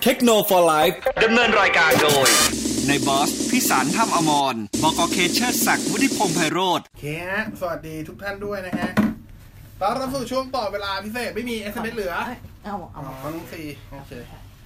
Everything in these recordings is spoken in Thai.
เทคโนโลยีไลฟ์ดำเนินรายการโดยในบอสพิสารถ้ำอมรบก.เคเชอร์ศักดิ์วุฒิพงษ์ไพโรจน์โอเคฮะสวัสดีทุกท่านด้วยนะฮะตอนรับสู่ช่วงต่อเวลาพิเศษไม่มี SMS เหลือเอาน้องซีโอเค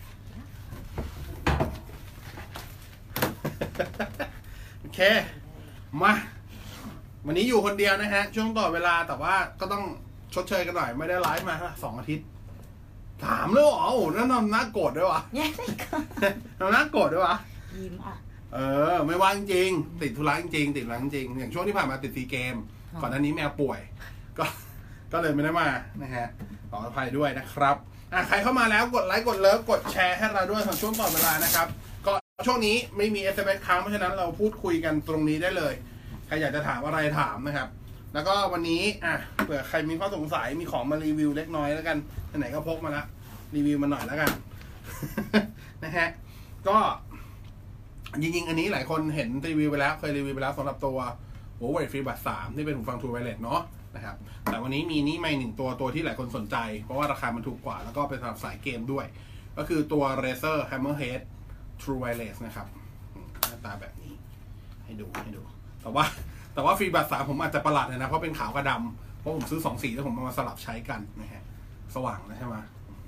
โอเคมาวันนี้อยู่คนเดียวนะฮะช่วงต่อเวลาแต่ว่าก็ต้องชดเชยกันหน่อยไม่ได้ไลฟ์มา2 อาทิตย์ถามเลยเหรอโอ้นั่นทำหน้าโกรธด้วยวะทำหน้าโกรธด้วยวะยิ้มอ่ะไม่ว่างจริงติดธุระจริงติดอะไรจริงอย่างช่วงที่ผ่านมาติดซีเกมก่อนหน้านี้แมวป่วยก็เลยไม่ได้มานะฮะขออภัยด้วยนะครับใครเข้ามาแล้วกดไลค์กดเลิฟกดแชร์ให้เราด้วยสำหรับช่วงต่อเวลานะครับก็ช่วงนี้ไม่มี SMS ค้างเพราะฉะนั้นเราพูดคุยกันตรงนี้ได้เลยใครอยากจะถามอะไรถามนะครับแล้วก็วันนี้เผื่อใครมีข้อสงสัยมีของมารีวิวเล็กน้อยแล้วกันไหนก็พกมาละรีวิวมาหน่อยแล้วกันนะฮะก็จริงๆอันนี้หลายคนเห็นรีวิวไปแล้วเคยรีวิวไปแล้วสำหรับตัว Huawei FreeBuds 3ที่เป็นหูฟัง True Wireless เนาะนะครับแต่วันนี้มีนี่ไม่1ตัวที่หลายคนสนใจเพราะว่าราคามันถูกกว่าแล้วก็เป็นสำหรับสายเกมด้วยก็คือตัว Razer Hammerhead True Wireless นะครับหน้าตาแบบนี้ให้ดูแต่ว่าFreeBuds 3ผมอาจจะประหลาดนะเพราะเป็นขาวกับดำเพราะผมซื้อ2สีแล้วผมมาสลับใช้กันนะฮะสว่างนะใช่ไหม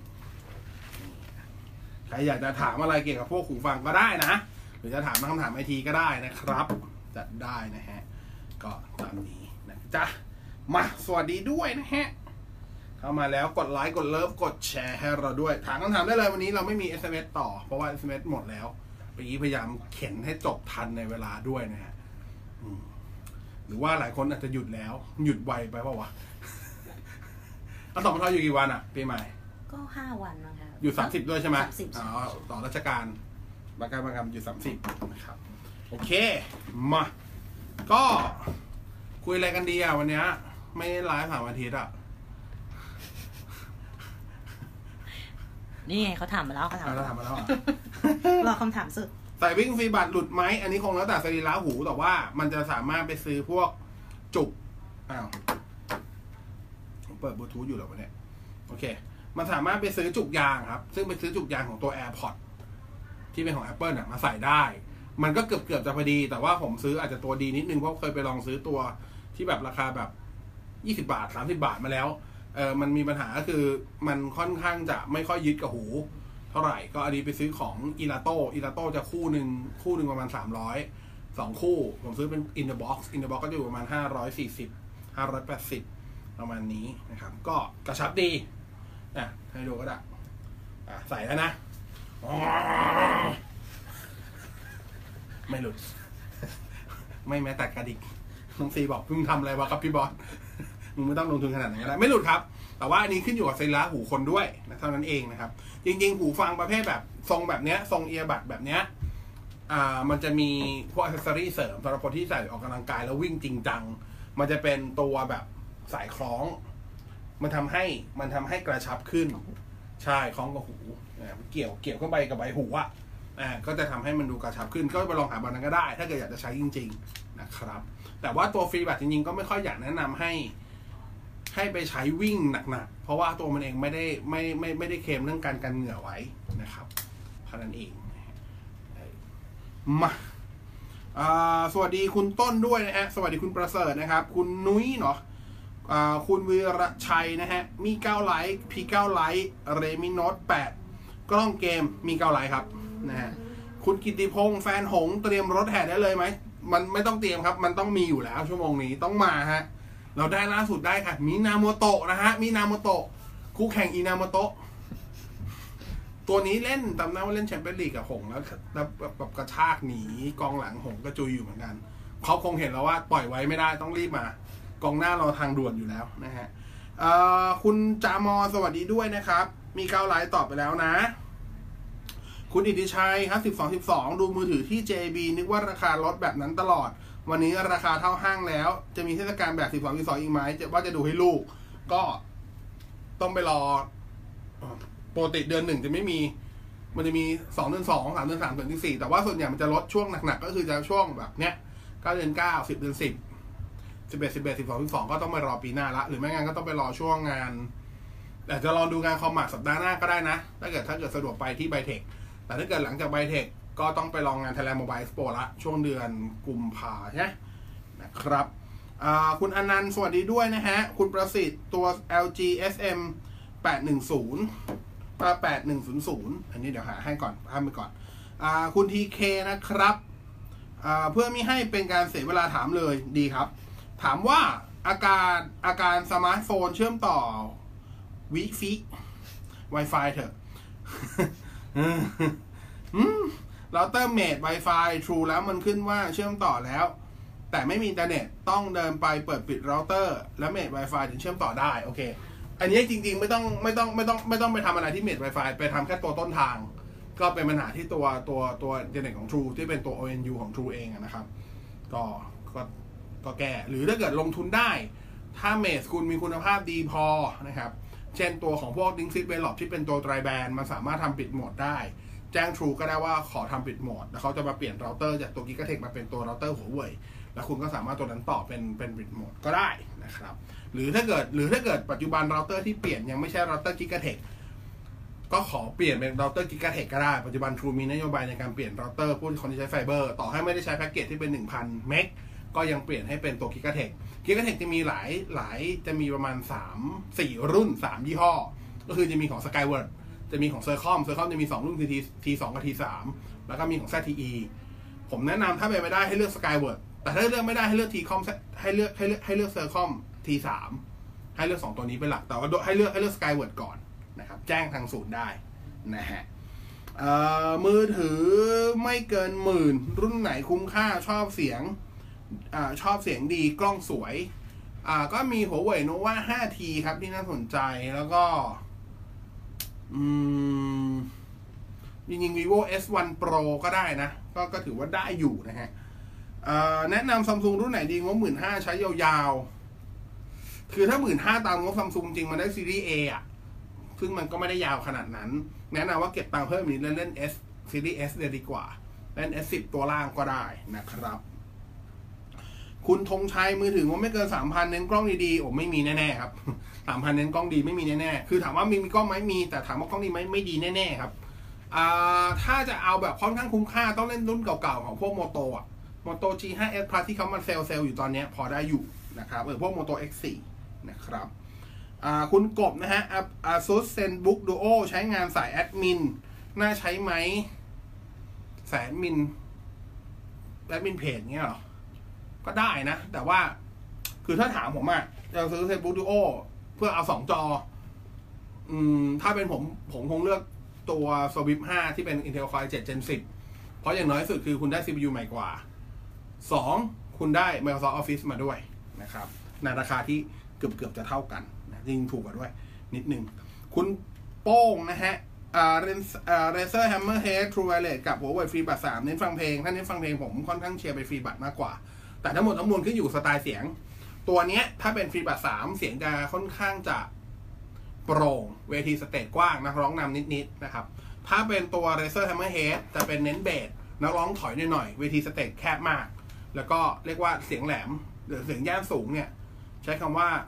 ใครอยากจะถามอะไรเกี่ยวกับพวกหูฟังก็ได้นะหรือจะถามคำถามไอทีก็ได้นะครับจัดได้นะฮะก็ตามนี้นะจ๊ะมาสวัสดีด้วยนะฮะเข้ามาแล้วกดไลค์กดเลิฟกดแชร์ให้เราด้วยถามคำถามได้เลยวันนี้เราไม่มี SMS ต่อเพราะว่า SMS หมดแล้วปีนี้พยายามเข็นให้จบทันในเวลาด้วยนะฮะหรือว่าหลายคนอาจจะหยุดแล้วหยุดไวไปเปล่าวะเอา2 วันอยู่กี่วันอ่ะปีใหม่ก็5 วันนะคะอยู่30ด้วยใช่ไหม 30 ต่อราชการบางการอยู่30นะครับโอเคมาก็คุยอะไรกันดีอ่ะวันนี้ไม่ไลฟ์ผ่านวันอาทิตย์อ่ะนี่ไงเขาถามมาแล้วรอคำถามสุดใส่วิ่งฟรีบัตรหลุดไหมอันนี้คงแล้วแต่สรีระหูแต่ว่ามันจะสามารถไปซื้อพวกจุกผมเปิดบลูทูธอยู่หรอวะเนี่ยโอเคมันสามารถไปซื้อจุกยางครับซึ่งไปซื้อจุกยางของตัว AirPods ที่เป็นของ Apple มาใส่ได้มันก็เกือบจะพอดีแต่ว่าผมซื้ออาจจะตัวดีนิดนึงเพราะเคยไปลองซื้อตัวที่แบบราคาแบบ20 บาท30 บาทมาแล้วมันมีปัญหาก็คือมันค่อนข้างจะไม่ค่อยยึดกับหูเท่าไหร่ก็อันนี้ไปซื้อของอีลาโต้จะคู่หนึ่งประมาณ300 2 คู่ผมซื้อเป็น in the box ก็จะอยู่ประมาณ540 580ประมาณนี้นะครับก็กระชับดีให้ดูก็ได้ใส่แล้วนะไม่หลุดไม่แม้แต่กระดิกน้องซีบอกเพิ่งทำอะไรวะครับพี่บอสมึงไม่ต้องลงทุนขนาดไหนก็ได้ไม่หลุดครับแต่ว่าอันนี้ขึ้นอยู่กับสรีระหูคนด้วยนะเท่านั้นเองนะครับจริงๆหูฟังประเภทแบบทรงแบบเนี้ยทรงเอียร์บัดแบบเนี้ยมันจะมีพวกอัซเซสซอรี่เสริมสำหรับคนที่ใส่ออกกำลังกายแล้ววิ่งจริงจังมันจะเป็นตัวแบบสายคล้องมันทำให้กระชับขึ้นใช่คล้องกับหูเกี่ยวเข้าไปกับใบหูก็จะทำให้มันดูกระชับขึ้นก็ไปลองหาแบบนั้นก็ได้ถ้าเกิดอยากจะใช้จริงๆนะครับแต่ว่าตัวฟรีบัตจริงๆก็ไม่ค่อยอยากแนะนำให้ไปใช้วิ่งหนักๆเพราะว่าตัวมันเองไม่ได้เคลมเรื่องการกันเหงื่อไว้นะครับเพราะนั้นเองมาสวัสดีคุณต้นด้วยนะฮะสวัสดีคุณประเสริฐนะครับคุณนุ้ยเนาะคุณวีรชัยนะฮะมี9 ไลค์ P9 ไลค์เรมิโนต8กล้องเกมมี9 ไลค์ครับนะฮะคุณกิติพงษ์แฟนหงเตรียมรถแห่ได้เลยไหมมันไม่ต้องเตรียมครับมันต้องมีอยู่แล้วชั่วโมงนี้ต้องมาฮะเราได้ล่าสุดได้ค่ะมินาโมโตะนะฮะมินาโมโตะคู่แข่งอินาโมโตะตัวนี้เล่นตำนานว่าเล่นแชมเปี้ยนลีกกับหงแล้วแบบกระชากหนีกองหลังหงกระจุยอยู่เหมือนกันเขาคงเห็นแล้วว่าปล่อยไว้ไม่ได้ต้องรีบมากองหน้าเราทางด่วนอยู่แล้วนะฮะคุณจามอสวัสดีด้วยนะครับมี9 ไลค์ตอบไปแล้วนะคุณอิทธิชัย1012ดูมือถือที่ JB นึกว่าราคาลดแบบนั้นตลอดวันนี้ราคาเท่าห้างแล้วจะมีเทศกาลแบบ12 อีกไหมว่าจะดูให้ลูกก็ต้องไปรอปกติเดือน1จะไม่มีมันจะมี2 เดือน 2 3 เดือน 3 เดือนที่4แต่ว่าส่วนใหญ่มันจะลดช่วงหนักๆก็คือจะช่วงแบบเนี้ย9 เดือน 9 10 เดือน 10 11 12 12ก็ต้องไปรอปีหน้าละหรือไม่งั้นก็ต้องไปรอช่วงงานแต่จะลองดูงานคอมมาสัปดาห์หน้าก็ได้นะถ้าเกิดสะดวกไปที่ไบเทคแต่ถ้าเกิดหลังจากไบเทคก็ต้องไปลองงาน Thailand Mobile Expo ละช่วงเดือนกุมภาพันธ์นะครับคุณอนันต์สวัสดีด้วยนะฮะคุณประสิทธิ์ตัว LG SM 810 8100อันนี้เดี๋ยวหาให้ก่อนไปก่อนคุณ TK นะครับเพื่อไม่ให้เป็นการเสียเวลาถามเลยดีครับถามว่าอาการสมาร์ทโฟนเชื่อมต่อWi-Fi เถอะเราเติมเมด Wi-Fi True แล้วมันขึ้นว่าเชื่อมต่อแล้วแต่ไม่มีอินเทอร์เน็ตต้องเดินไปเปิดปิดเราเตอร์แล้วเมด Wi-Fi ถึงเชื่อมต่อได้โอเคอันนี้จริงๆไม่ต้องไปทำอะไรที่เมด Wi-Fi ไปทำแค่ตัวต้นทางก็เป็นปัญหาที่ตัวอินเทอร์เน็ตของ True ที่เป็นตัว ONU ของ True เองนะครับก็แก้หรือถ้าเกิดลงทุนได้ถ้าเมดคุณมีคุณภาพดีพอนะครับเช่นตัวของพวก Dingsys Velop ที่เป็นตัวไตรแบนมันสามารถทำปิดโหมดได้แจ้ง True ก็ได้ว่าขอทำปิดโหมดแล้วเขาจะมาเปลี่ยนเราเตอร์จากตัว Gigatech มาเป็นตัวเราเตอร์หัวเว่ยแล้วคุณก็สามารถตัวนั้นต่อเป็นปิดโหมดก็ได้นะครับหรือถ้าเกิดปัจจุบันเราเตอร์ที่เปลี่ยนยังไม่ใช่เราเตอร์ Gigatech ก็ขอเปลี่ยนเป็นเราเตอร์ Gigatech ก็ได้ปัจจุบัน True มีนโยบายในการเปลี่ยนเราเตอร์ผู้คนที่ใช้ไฟเบอร์ต่อให้ไม่ได้ใช้แพ็กเกจที่เป็น 1,000 เมกก็ยังเปลี่ยนให้เป็นตัว Gigatech จะมีหลายจะมีประมาณ 3-4 รุ่น 3 ยี่ห้อก็คือจะมีของ Skyward จะมีของ Sercom จะมี2รุ่นคือ T2 กับ T3 แล้วก็มีของ ZTE ผมแนะนำถ้าเป็นไม่ได้ให้เลือก Skyward แต่ถ้าเลือกไม่ได้ให้เลือก T-com ให้เลือก Sercom T3 ให้เลือก2ตัวนี้เป็นหลักแต่ว่าให้เลือกSkyward ก่อนนะครับแจ้งทางศูนย์ได้นะฮะมือถือไม่เกิน10,000รุ่นไหนคุ้มค่าชอบเสียงดีกล้องสวยก็มีหัวเว่ย Nova 5T ครับที่น่าสนใจแล้วก็จริงๆ Vivo S1 Pro ก็ได้นะก็ถือว่าได้อยู่นะฮะแนะนำ Samsung รุ่นไหนดีงบ 15,000 ใช้ยาวๆคือถ้า 15,000 ตามงบ Samsung จริงมันได้ซีรีส์ A อ่ะซึ่งมันก็ไม่ได้ยาวขนาดนั้นแนะนำว่าเก็บตังค์เพิ่มนิดเล่น S ซีรีส์ S เลยดีกว่าเล่น S10 ตัวล่างก็ได้นะครับคุณธงชัยมือถืองบไม่เกิน 3,000 เน้นกล้องดีๆไม่มีแน่ๆครับ 3,000 เน้นกล้องดีไม่มีแน่ๆคือถามว่ามีกล้องไหมมีแต่ถามว่ากล้องดีไหมไม่ดีแน่ๆครับถ้าจะเอาแบบค่อนข้างคุ้มค่าต้องเล่นรุ่นเก่าๆของพวกโมโตG5S Plus ที่เขามาเซลล์อยู่ตอนนี้พอได้อยู่นะครับพวกโมโต X4 นะครับคุณกบนะฮะASUS ZenBook Duo ใช้งานสายแอดมินน่าใช้ไหมสายแอดมินเพจเงี้ยหรอก็ได้นะแต่ว่าคือถ้าถามผมอะจะซื้อ ZenBook Duo เพื่อเอา2 จอถ้าเป็นผมคงเลือกตัว Swift 5 ที่เป็น Intel Core 7 Gen 10เพราะอย่างน้อยสุดคือคุณได้ CPU ใหม่กว่า2คุณได้ Microsoft Office มาด้วยนะครับในราคาที่เกือบจะเท่ากันนะยิ่งถูกกว่าด้วยนิดนึงคุณโป้งนะฮะRazer Hammerhead True Wireless กับหัวเว่ยฟรีบัตร3เน้นฟังเพลงถ้าเน้นฟังเพลงผมค่อนข้างเชียร์ไปฟรีบัตรมากกว่าแต่ทั้งหมดทั้งมวลขึ้นอยู่สไตล์เสียงตัวเนี้ยถ้าเป็นฟรีบัตร3เสียงจะค่อนข้างจะโปร่งเวทีสเตจกว้างนักร้องนำนิดๆนะครับถ้าเป็นตัว Razer Hammerhead จะเป็นเน้นเบสนักร้องถอยหน่อยเวทีสเตจแคบมากแล้วก็เรียกว่าเสียงแหลมหรือเสียงย่านสูงเนี่ยใช้คำว่า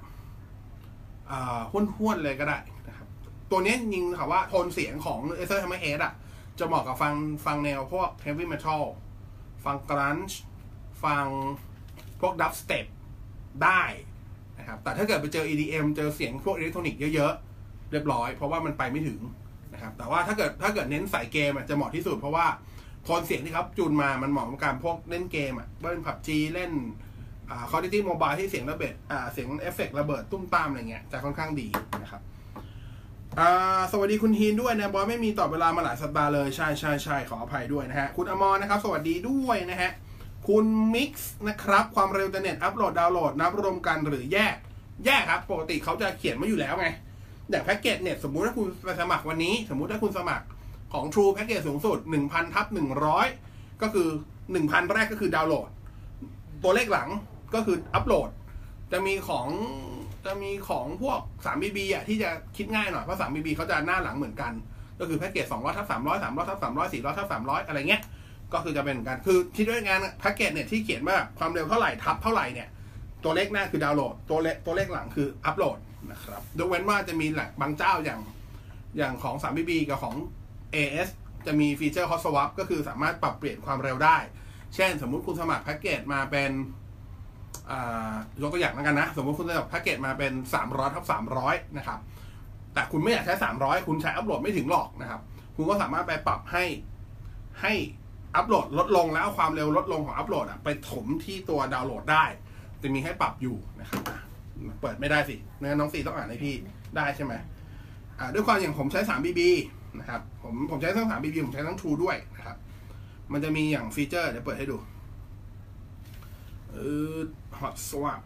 ห้วนๆเลยก็ได้นะครับตัวนี้ยิงค่ะว่าโทนเสียงของ Razer Hammerhead อ่ะจะเหมาะกับฟังแนวพวก Heavy Metal ฟัง Grunge ฟังพวก Dubstep ได้นะครับแต่ถ้าเกิดไปเจอ EDM เจอเสียงพวกอิเล็กทรอนิกส์เยอะๆเรียบร้อยเพราะว่ามันไปไม่ถึงนะครับแต่ว่าถ้าเกิดเน้นสายเกมจะเหมาะที่สุดเพราะว่าโทนเสียงที่ครับจูนมามันเหมาะกับการพวกเล่นเกมเล่น PUBG เล่นCall of Duty Mobile ที่เสียงระเบิดเสียงเอฟเฟกต์ระเบิดตุ้มตามอะไรเงี้ยจะค่อนข้างดีนะครับสวัสดีคุณฮีนด้วยนะบอยไม่มีต่อเวลามาหลายสัปดาห์เลยใช่ขออภัยด้วยนะฮะคุณอมรนะครับสวัสดีด้วยนะฮะคุณมิกซ์นะครับความเร็วอินเทอร์เน็ตอัปโหลดดาวน์โหลดนับรวมกันหรือแยกครับปกติเขาจะเขียนมาอยู่แล้วไงอย่างแพ็กเกจเน็ตสมมุติถ้าคุณไปสมัครวันนี้สมมุติถ้าคุณสมัครของ True แพ็กเกจสูงสุด 1,000/100 ก็คือ 1,000 แรกก็คือดาวน์โหลดตัวเลขหลังก็คืออัปโหลดจะมีของพวก 3BB ที่จะคิดง่ายหน่อยเพราะ 3BB เขาจะหน้าหลังเหมือนกันก็คือแพ็กเกจ 200/300 300/300 400/300 อะไรเงี้ยก็คือจะเป็นกันคือคิดด้วยงานแพ็กเกจเนี่ยที่เขียนว่าความเร็วเท่าไหร่ทับเท่าไหร่เนี่ยตัวเลขหน้าคือดาวน์โหลดตัวเลขหลังคืออัปโหลดนะครับยกเว้นว่าจะมีแหละบางเจ้าอย่างของ 3BB กับของ AS จะมีฟีเจอร์ Hot Swap ก็คือสามารถปรับเปลี่ยนความเร็วได้เช่นสมมุติคุณสมัครแพ็กเกจมาเป็นยกตัวอย่างแล้วกันนะสมมติคุณสมัครแพ็กเกจมาเป็น300/300นะครับแต่คุณไม่อยากใช้300คุณใช้อัปโหลดไม่ถึงหรอกนะครับคุณก็สามารถไปปรับให้อัปโหลดลดลงแล้วเอาความเร็วลดลงของอัปโหลดไปถมที่ตัวดาวน์โหลดได้จะมีให้ปรับอยู่นะครับเปิดไม่ได้สิงั้นน้อง4ต้องอ่านให้พี่ได้ใช่ไหมด้วยความอย่างผมใช้ 3BB นะครับผมใช้ทั้ง 3BB ผมใช้ทั้ง True ด้วยนะครับมันจะมีอย่างฟีเจอร์เดี๋ยวเปิดให้ดูHot Swap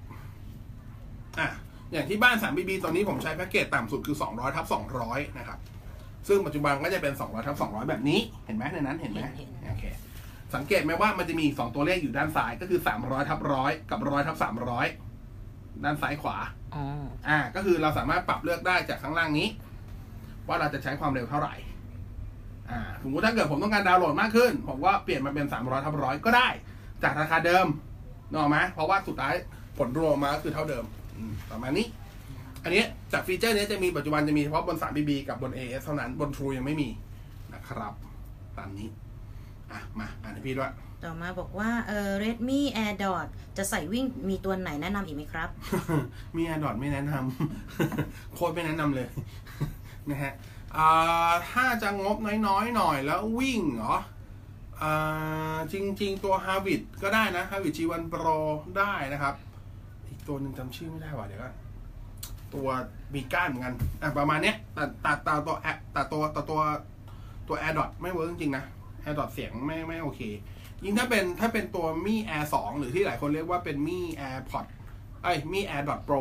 อย่างที่บ้าน 3BB ตอนนี้ผมใช้แพ็กเกจต่ำสุดคือ 200/200 นะครับซึ่งปัจจุบันก็จะเป็น 200/200 แบบนี้เห็นไหมในนั้นเห็นไหมโอเคสังเกตไหมว่ามันจะมี2ตัวเลขอยู่ด้านซ้ายก็คือ 300/100 กับ 100/300 ด้านซ้ายขวาก็คือเราสามารถปรับเลือกได้จากข้างล่างนี้ว่าเราจะใช้ความเร็วเท่าไหร่สมมติถ้าเกิดผมต้องการดาวน์โหลดมากขึ้นผมก็เปลี่ยนมาเป็น 300/100 ก็ได้จากราคาเดิมนึกออกไหมเพราะว่าสุดท้ายผลรวมมาก็คือเท่าเดิมประมาณนี้อันนี้จากฟีเจอร์นี้จะมีปัจจุบันจะมีเฉพาะบน 3BB กับบน AS เท่านั้นบน True ยังไม่มีนะครับตามนี้มาอ่านให้พี่ด้วยต่อมาบอกว่าRedmi AirDot จะใส่วิ่งมีตัวไหนแนะนำอีกไหมครับมี AirDot ไม่แนะนำ โค้ดไม่แนะนำเลย นะฮะถ้าจะงบน้อยๆหน่อยแล้ววิ่งเหรอจริงๆตัว Havit ก็ได้นะ Havit G1 Pro ได้นะครับอีกตัวหนึ่งจำชื่อไม่ได้ว่ะเดี๋ยวก่อนตัวมีก้านเหมือนกันประมาณเนี้ยแต่ตัวแอปแต่ตัว AirDot ไม่เวิร์กจริงๆนะ AirDot เสียงไม่โอเคยิ่งถ้าเป็นตัวMi Air 2หรือที่หลายคนเรียกว่าเป็นMi AirPod Mi AirDot Pro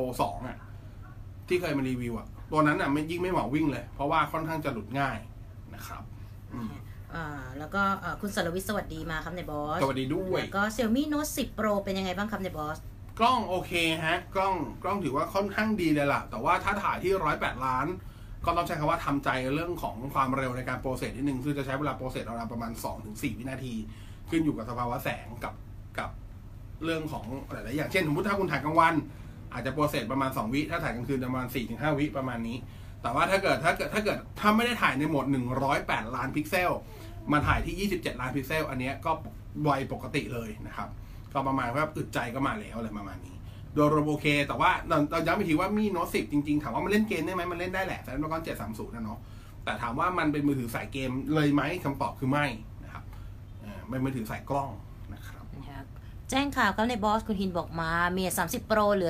2ที่เคยมารีวิวตัวนั้นยิ่งไม่เหมาะวิ่งเลยเพราะว่าค่อนข้างจะหลุดง่ายนะครับแล้วก็คุณสรวิทย์สวัสดีมาครับในบอสสวัสดีด้วยแล้วก็ Xiaomi Note 10 Pro เป็นยังไงบ้างครับในบอสกล้องโอเคฮะกล้องถือว่าค่อนข้างดีเลยล่ะแต่ว่าถ้าถ่ายที่108 ล้านก็ต้องใช้คำว่าทำใจเรื่องของความเร็วในการโปรเซสนิดนึงซึ่งจะใช้เวลาโปรเซสประมาณ 2-4 วินาทีขึ้นอยู่กับสภาวะแสงกับเรื่องของหลายๆอย่างเช่นสมมติถ้าคุณถ่ายกลางวันอาจจะโปรเซสประมาณ2 วิถ้าถ่ายกลางคืนประมาณ 4-5 วิประมาณนี้แต่ว่าถ้าไม่ได้ถ่ายในโหมด108 ล้านพิกเซลมาถ่ายที่27 ล้านพิกเซลอันนี้ก็ไวปกติเลยนะครับก็ประมาณว่าอึดใจก็มาแล้วอะไรประมาณนี้โดยรวมโอเคแต่ว่าเราย้ำอีกทีว่ามีโน้ต10จริงๆถามว่ามันเล่นเกมได้ไหมมันเล่นได้แหละแต่Snapdragon 730นะเนาะแต่ถามว่ามันเป็นมือถือสายเกมเลยไหมคำตอบคือไม่นะครับเป็นมือถือสายกล้องนะครับแจ้งข่าวครับในบอสคุณฮินบอกมาเมีย30 Pro เหลือ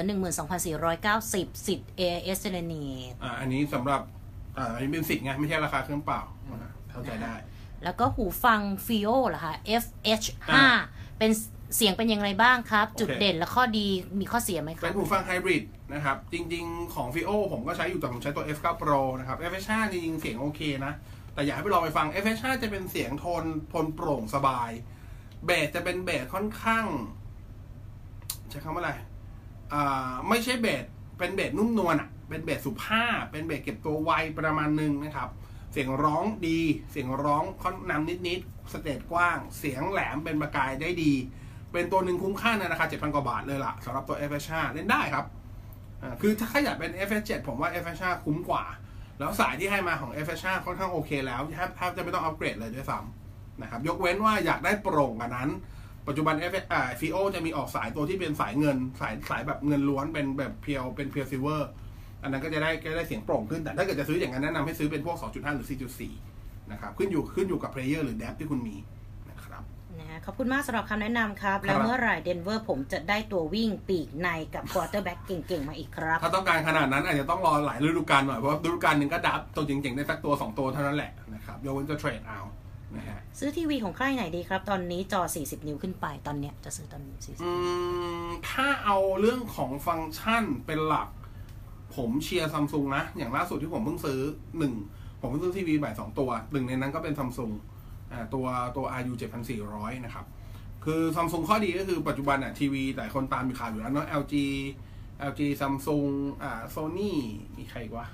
12,490 สิทธิ์ AIS Serenade อันนี้สำหรับอันนี้เป็นสิทธิ์ไงไม่ใช่ราคาเครื่องเปล่าเข้าใจได้แล้วก็หูฟัง FiO เหรอคะ FH5 เป็นเสียงเป็นยังไงบ้างครับจุดเด่นและข้อดีมีข้อเสียไหมครับเป็นหูฟังไฮบริดนะครับจริงๆของ FiO ผมก็ใช้อยู่แต่ผมใช้ตัว F9 Pro นะครับ FH5 จริงๆเสียงโอเคนะแต่อยากให้ไปลองไปฟัง FH5 จะเป็นเสียงโทนโปร่งสบายเบสจะเป็นเบสค่อนข้างใช้คำว่าอะไรไม่ใช่เบสเป็นเบสนุ่มนวลเป็นเบสสุภาพเป็นเบสเก็บตัวไวประมาณนึงนะครับเสียงร้องดีเสียงร้องค่อนนำนิดสเตจกว้างเสียงแหลมเป็นประกายได้ดีเป็นตัวหนึ่งคุ้มค่าในราคา 7,000 กว่าบาทเลยล่ะสำหรับตัว FH5 เล่นได้ครับคือถ้าอยากเป็น FH7 ผมว่า FH5 คุ้มกว่าแล้วสายที่ให้มาของ FH5 ค่อนข้างโอเคแล้วแทบจะไม่ต้องอัปเกรดเลยด้วยซ้ำนะครับยกเว้นว่าอยากได้โปร่งกว่านั้นปัจจุบัน FiO จะมีออกสายตัวที่เป็นสายเงินสายแบบเงินล้วนเป็นแบบเพียวเป็นเพียวซิลเวอร์อันนั้นก็จะได้เสียงโปร่งขึ้นแต่ถ้าเกิดจะซื้ออย่างนั้นแนะนำให้ซื้อเป็นพวก 2.5 หรือ 4.4 นะครับขึ้นอยู่กับเพลเยอร์หรือ depth ที่คุณมีนะครับขอบคุณมากสำหรับคำแนะนำครับแล้วเมื่อไหร่เดนเวอร์ผมจะได้ตัววิ่งปีกในกับควอเตอร์แบ็กเก่งๆมาอีกครับถ้าต้องการขนาดนั้นอาจจะต้องรอหลายฤดูกาลหน่อยเพราะฤดูกาลนึงก็ดับตัวเจ๋งๆได้สักตัว2ตัวเท่านั้นแหละนะครับยกเว้นจะเทรดเอาซื้อทีวีของค่ายไหนดีครับตอนนี้จอ40 นิ้วขึ้นไปตอนเนี้ยจะซื้อตอนนี้ถ้าเอาเรื่องของฟังก์ชันเป็นหลักผมเชียร์ซัมซุงนะอย่างล่าสุดที่ผมเพิ่งซื้อผมเพิ่งซื้อทีวีใหม่2ตัวหนึ่งในนั้นก็เป็นซัมซุงตัว RU 7400นะครับคือซัมซุงข้อดีก็คือปัจจุบันทีวีหลายคนตามมีข่าวอยู่แล้วเนาะ LG Samsung Sony มีใครอีกวะ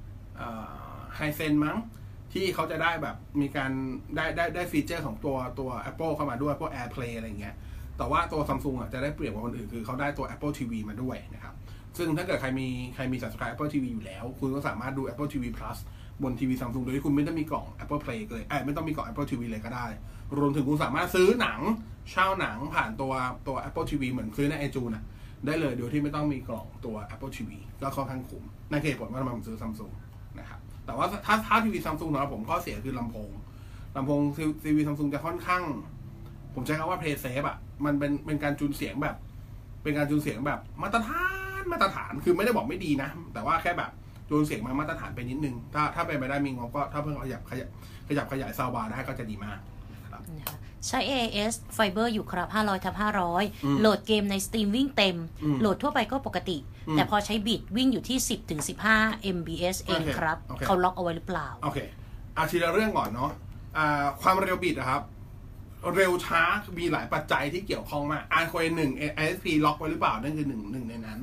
Hisense มั้งที่เขาจะได้แบบมีการได้ฟีเจอร์ของตัว Apple เข้ามาด้วยพวก AirPlay อะไรเงี้ยแต่ว่าตัว Samsung จะได้เปรียบกว่าคนอื่นคือเขาได้ตัว Apple TV มาด้วยนะครับซึ่งถ้าเกิดใครมี subscribe Apple TV อยู่แล้วคุณก็สามารถดู Apple TV Plus บนทีวี Samsung โดยที่คุณไม่ต้องมีกล่อง Apple Play เลยไม่ต้องมีกล่อง Apple TV เลยก็ได้รวมถึงคุณสามารถซื้อหนังเช่าหนังผ่านตัว Apple TV เหมือนซื้อใน iTunes นะได้เลยโดยที่ไม่ต้องมีกล่องตัว Apple TV ก็ค่อนข้างคุ้มนั่นคือเหตุผลว่าทำไมผมซื้อ Samsung นะครับแต่ว่าถ้าทีวี Samsung นะผมข้อเสียคือลำโพงทีวี Samsung จะค่อนข้างผมใช้คำว่า play safe อ่ะมันเป็นการจูนเสียงแบบมาตรฐานคือไม่ได้บอกไม่ดีนะแต่ว่าแค่แบบจูนเสียงมาตรฐานไปนิดนึงถ้าเป็นไปได้มีงบก็ถ้าเพิ่งขยับขยายซาวบาร์ได้ก็จะดีมากใช้ AAS Fiber อยู่ครับ 500/500 โหลดเกมใน Steam วิ่งเต็มโหลดทั่วไปก็ปกติแต่พอใช้บิตวิ่งอยู่ที่ 10-15 MBS เองครับเขาล็อกเอาไว้หรือเปล่าโอเคทีละเรื่องก่อนเนาะความเร็วบิตนะครับเร็วช้ามีหลายปัจจัยที่เกี่ยวข้องมาก Arcoin 1 ISP ล็อกไว้หรือเปล่านั่นคือหนึ่งในนั้น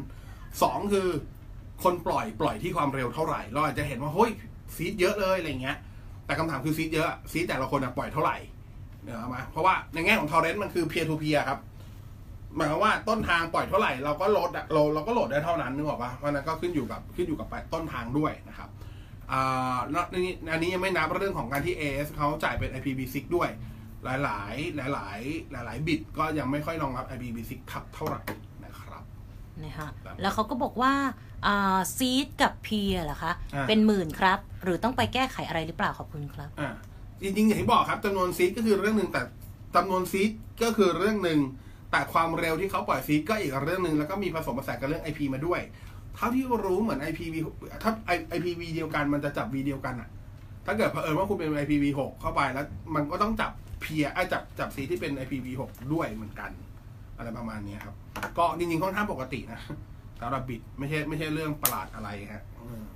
2คือคนปล่อยที่ความเร็วเท่าไหร่เราอาจจะเห็นว่าเฮ้ยซีดเยอะเลยอะไรเงี้ยแต่คำถามคือซีดเยอะซีดแต่ละคนปล่อยเท่าไหร่เนี่ยเอามาเพราะว่าในแง่ของ torrent มันคือ peer to peer ครับหมายความว่าต้นทางปล่อยเท่าไหร่เราก็โหลดได้เท่านั้นนึกออกป่ะเพราะนั้นก็ขึ้นอยู่กับต้นทางด้วยนะครับอันนี้ยังไม่นับเรื่องของการที่ AS เขาจ่ายเป็น IPv6 ด้วยหลายบิตก็ยังไม่ค่อยรองรับ IPv6 เท่าไหร่นะครับนะคะแล้วเขาก็บอกว่าซีดกับเพียร์เหรอคะเป็นหมื่นครับหรือต้องไปแก้ไขอะไรหรือเปล่าขอบคุณครับจริงๆอย่างที่บอกครับจำนวนซีดก็คือเรื่องนึงแต่จำนวนซีดก็คือเรื่องนึงแต่ความเร็วที่เขาปล่อยซีดก็อีกเรื่องนึงแล้วก็มีผสมผสานกับเรื่อง IP มาด้วยเท่าที่รู้เหมือน IPv ถ้า IPv เดียวกันมันจะจับ V เดียวกันอ่ะถ้าเกิดเผอิญว่าคุณเป็น IPv6 เข้าไปแล้วมันก็ต้องจับเพียร์จับซีที่เป็น IPv6 ด้วยเหมือนกันอะไรประมาณนี้ครับก็จริงๆค่อนข้างปกตินะสำหรับบิตไม่ใช่เรื่องประหลาดอะไรฮะ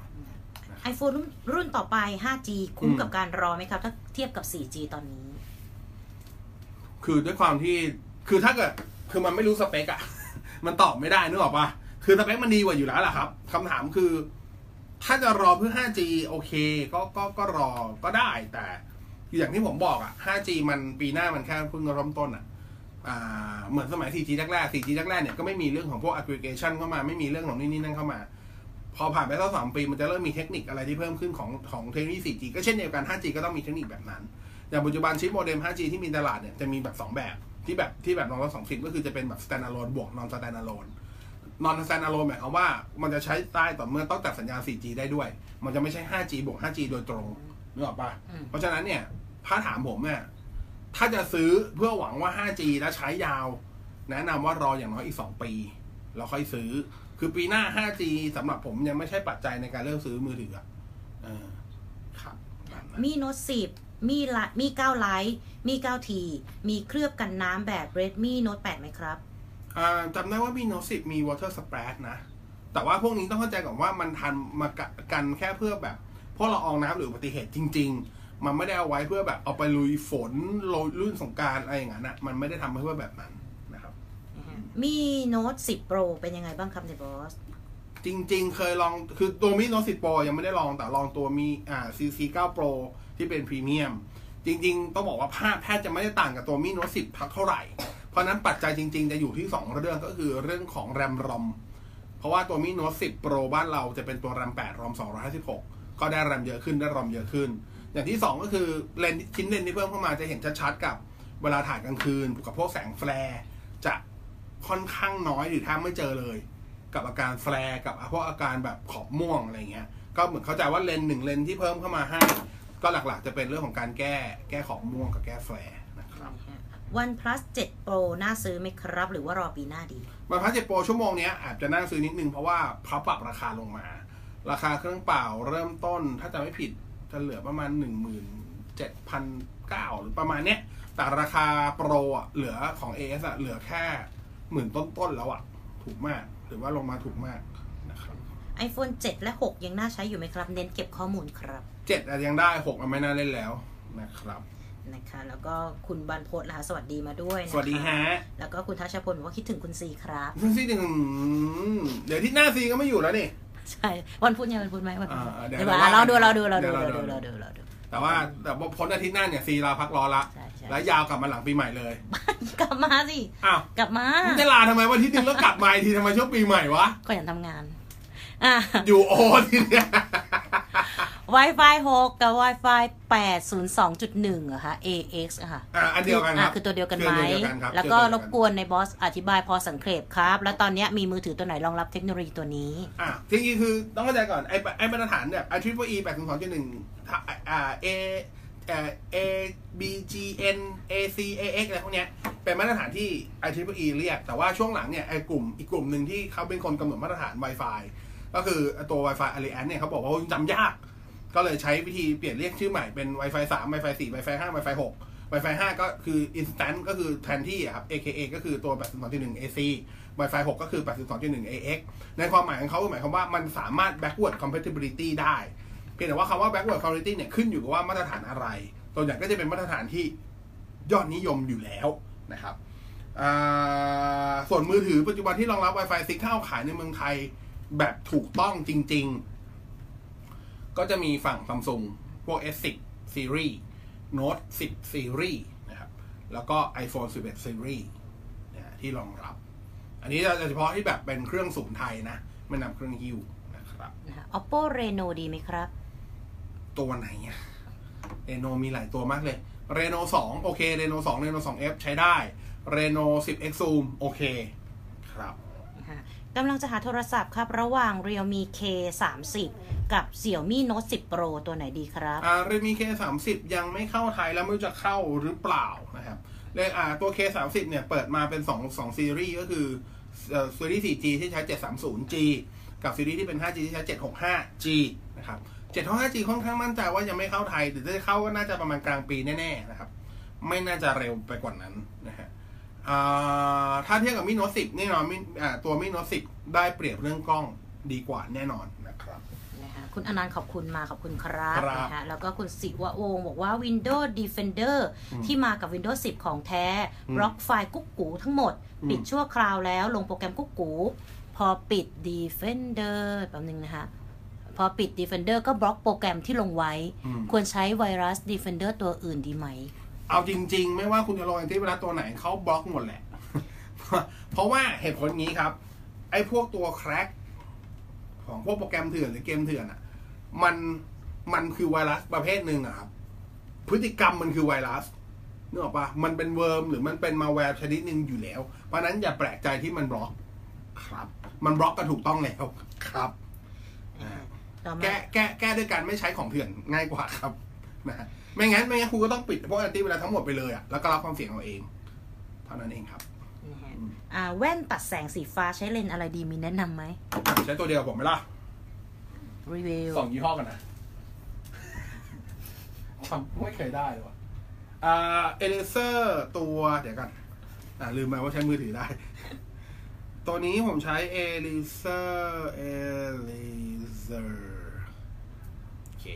iPhone รุ่นต่อไป 5G คุ้มกับการรอไหมครับถ้าเทียบกับ 4G ตอนนี้คือด้วยความที่คือถ้าเกิดคือมันไม่รู้สเปคอะมันตอบไม่ได้นึกออกป่ะคือสเปคมันดีกว่าอยู่แล้วแหละครับคำถามคือถ้าจะรอเพื่อ 5G โอเคก็รอก็ได้แต่อย่างที่ผมบอกอะ 5G มันปีหน้ามันแค่เพิ่งเริ่มต้นอะเหมือนสมัย 4G แรกเนี่ยก็ไม่มีเรื่องของพวก aggregation เข้ามาไม่มีเรื่องของนี่นั่นเข้ามาพอผ่านไปสัก3 ปีมันจะเริ่มมีเทคนิคอะไรที่เพิ่มขึ้นของเทคโนโลยี 4G ก็เช่นเดียวกัน 5G ก็ต้องมีเทคนิคแบบนั้นอย่างปัจจุบันชิปโมเด็ม 5G ที่มีตลาดเนี่ยจะมีแบบ2แบบที่แบบ210ก็คือจะเป็นแบบ standalone บวก non standalone non standalone หมายความว่ามันจะใช้ได้ต่อเมื่อต้องตัดสัญญาณ 4G ได้ด้วยมันจะไม่ใช่ 5G บวก 5G โดยตรงนึกออกป่ะเพราะฉะนั้นเนี่ยถ้าถามผมเนี่ยถ้าจะซื้อเพื่อหวังว่า 5G แล้วใช้ยาวแนะนำว่ารออย่างน้อยอีก2 ปีแล้วค่อยซื้อคือปีหน้า 5G สำหรับผมยังไม่ใช่ปัจจัยในการเลือกซื้อมือถือครับมีโน้ต10มี9 Lite มี9T มีเคลือบกันน้ำแบบ Redmi Note 8ไหมครับจำได้ว่ามีโน้ต10มี water splash นะแต่ว่าพวกนี้ต้องเข้าใจก่อนว่ามันทันมากันแค่เพื่อแบบพวกละอองน้ำหรืออุบัติเหตุจริงๆมันไม่ได้เอาไว้เพื่อแบบเอาไปลุยฝนลื่นสงกรานต์อะไรอย่างนั้นนะมันไม่ได้ทำเพื่อแบบนั้นนะครับมีโน้ต10 Pro เป็นยังไงบ้างครับในบอสจริงๆเคยลองคือตัวมีโน้ต10 Pro ยังไม่ได้ลองแต่ลองตัวมีCC9 Pro ที่เป็นพรีเมียมจริงๆต้องบอกว่าภาพแทบจะไม่ได้ต่างกับตัวมีโน้ต10เท่าไหร่เพราะนั้นปัจจัยจริงๆจะอยู่ที่2เรื่องก็คือเรื่องของแรมรอมเพราะว่าตัวมีโน้ต10 Pro บ้านเราจะเป็นตัวแรม8รอม256ก็ได้แรมเยอะขึ้นได้รอมเยอะขึ้นอย่างที่2ก็คือเลนส์ชิ้นเลนส์ที่เพิ่มเข้ามาจะเห็นชัดๆกับเวลาถ่ายกลางคืนกับพวกแสงแฟลร์จะค่อนข้างน้อยหรือแทบไม่เจอเลยกับอาการแฟลร์กับพวกอาการแบบขอบม่วงอะไรเงี้ยก็เหมือนเข้าใจว่าเลนส์1เลนส์ที่เพิ่มเข้ามาให้ก็หลักๆจะเป็นเรื่องของการแก้ขอบม่วงกับแก้แฟลร์นะครับ OnePlus 7 Pro น่าซื้อไหมครับหรือว่ารอปีหน้าดี OnePlus 7 Pro ชั่วโมงนี้อาจจะน่าซื้อนิดนึงเพราะว่าเขาปรับราคาลงมาราคาเครื่องเปล่าเริ่มต้นถ้าจะไม่ผิดจะเหลือประมาณ 17,900 หรือประมาณเนี้ยแต่ราคาโปรเหลือของ AS เหลือแค่10,000ต้นๆแล้วถูกมากหรือว่าลงมาถูกมากนะครับ iPhone 7 และ 6 ยังน่าใช้อยู่ไหมครับเน้นเก็บข้อมูลครับ 7อาจยังได้6ไม่น่าเล่นแล้วนะครับนะคะแล้วก็คุณบรรพตนะคะสวัสดีมาด้วยนะคะสวัสดีฮะแล้วก็คุณทัชพลบอกว่าคิดถึงคุณซีครับคุณซีถึงเดี๋ยวที่หน้าซีก็ไม่อยู่แล้วนี่ใช่วันพุธไงวันพุธไหมวันพุธเดี๋ยวเราดูแต่พ้นอาทิตย์หน้าเนี่ยซีลาพักร้อนละแล้วยาวกลับมาหลังปีใหม่เลยกลับมาสิอ้าวกลับมาจะลาทำไมวันที่นึงแล้วกลับมาทีทำไมช่วงปีใหม่วะก็อยากทำงานอยู่โอทีเนี้ย Wi-Fi 6 กับ Wi-Fi 802.1 อะค่ะ AX อะค่ะอันเดียวกันครับคือตัวเดียวกันไหมแล้วก็รบกวนในบอสอธิบายพอสังเขปครับแล้วตอนนี้มีมือถือตัวไหนรองรับเทคโนโลยีตัวนี้จริงๆคือต้องเข้าใจก่อนไอ้มาตรฐานเนี่ย IEEE 802.1 ABGN AC AX อะไรพวกเนี้ยเป็นมาตรฐานที่ IEEE เรียกแต่ว่าช่วงหลังเนี่ยอีกกลุ่มหนึ่งที่เขาเป็นคนกำหนดมาตรฐาน Wi-Fi ก็คือตัว Wi-Fi Alliance เนี่ยเขาบอกว่าจำยากก็เลยใช้วิธีเปลี่ยนเรียกชื่อใหม่เป็น Wi-Fi 3 Wi-Fi 4 Wi-Fi 5 Wi-Fi 6 Wi-Fi 5 ก็คือ Instant ก็คือแทนที่ครับ AKA ก็คือตัว 802.1 AC Wi-Fi 6 ก็คือ 802.1 AX ในความหมายของเขาหมายความว่ามันสามารถ backward compatibility ได้เพียงแต่ว่าคำว่า backward compatibility เนี่ยขึ้นอยู่กับว่ามาตรฐานอะไรตัวอย่างก็จะเป็นมาตรฐานที่ยอดนิยมอยู่แล้วนะครับส่วนมือถือปัจจุบันที่รองรับ Wi-Fi 6 เข้าขายในเมืองไทยแบบถูกต้องจริงๆก็จะมีฝั่ง Samsung พวก S10 Series Note 10 Series นะครับแล้วก็ iPhone 11 Series ที่รองรับอันนี้เฉพาะที่แบบเป็นเครื่องสูงไทยนะไม่นับเครื่องฮิ้วนะครับ Oppo Reno ดีไหมครับตัวไหนเนี่ย Reno มีหลายตัวมากเลย Reno 2โอเค Reno 2 Reno 2F ใช้ได้ Reno 10X Zoom โอเคครับกำลังจะหาโทรศัพท์ครับระหว่าง Realme K30 กับ Xiaomi Note 10 Pro ตัวไหนดีครับ Realme K30 ยังไม่เข้าไทยแล้วไม่รู้จะเข้าหรือเปล่านะครับเลยตัว K30 เนี่ยเปิดมาเป็น2ซีรีส์ก็คือซีรีส์ 4G ที่ใช้ 730G กับซีรีส์ที่เป็น 5G ที่ใช้ 765G นะครับ 765G ค่อนข้างมั่นใจว่ายังไม่เข้าไทยหรือจะเข้าก็น่าจะประมาณกลางปีแน่ๆนะครับไม่น่าจะเร็วไปกว่านั้นนะฮะถ้าเทียบกับMi Note 10แน่นอนตัวMi Note 10ได้เปรียบเรื่องกล้องดีกว่าแน่นอนนะครับคุณอนันต์ขอบคุณครับนะฮะแล้วก็คุณศิวะวงศ์บอกว่า Windows Defender ที่มากับ Windows 10 ของแท้บล็อกไฟล์กุ๊กกูทั้งหมดปิดชั่วคราวแล้วลงโปรแกรมกุ๊กกูพอปิด Defender แป๊บนึงนะคะพอปิด Defender ก็บล็อกโปรแกรมที่ลงไว้ควรใช้ไวรัส Defender ตัวอื่นดีไหมเอาจริงๆไม่ว่าคุณจะลงแอนตี้ไวรัสตัวไหนเขาบล็อกหมดแหละ เพราะว่าเหตุผลนี้ครับไอ้พวกตัวแคร็กของพวกโปรแกรมเถื่อนหรือเกมเถื่อนอ่ะมันคือไวรัสประเภทหนึ่งอะครับพฤติกรรมมันคือไวรัสนึกออกปะมันเป็นเวิร์มหรือมันเป็นมาแวร์ชนิดหนึ่งอยู่แล้วเพราะนั้นอย่าแปลกใจที่มันบล็อกครับมันบล็อกก็ถูกต้องแล้วครับแก้ด้วยการไม่ใช้ของเถื่อนง่ายกว่าครับนะไม่งั้นคุณก็ต้องปิดพวกแอนตี้ไวรัสทั้งหมดไปเลยอะแล้วก็รับความเสี่ยงเอาเองเท่านั้นเองครับแว่นตัดแสงสีฟ้าใช้เลนส์อะไรดีมีแนะนำไหมใช้ตัวเดียวผมไหมล่ะรีวิว 2 ยี่ห้อกันนะจำไม่เคยได้เลยว่ะเอลิเซอร์ตัวเดี๋ยวกันลืมไปว่าใช้มือถือได้ตัวนี้ผมใช้เอลิเซอร์โอเค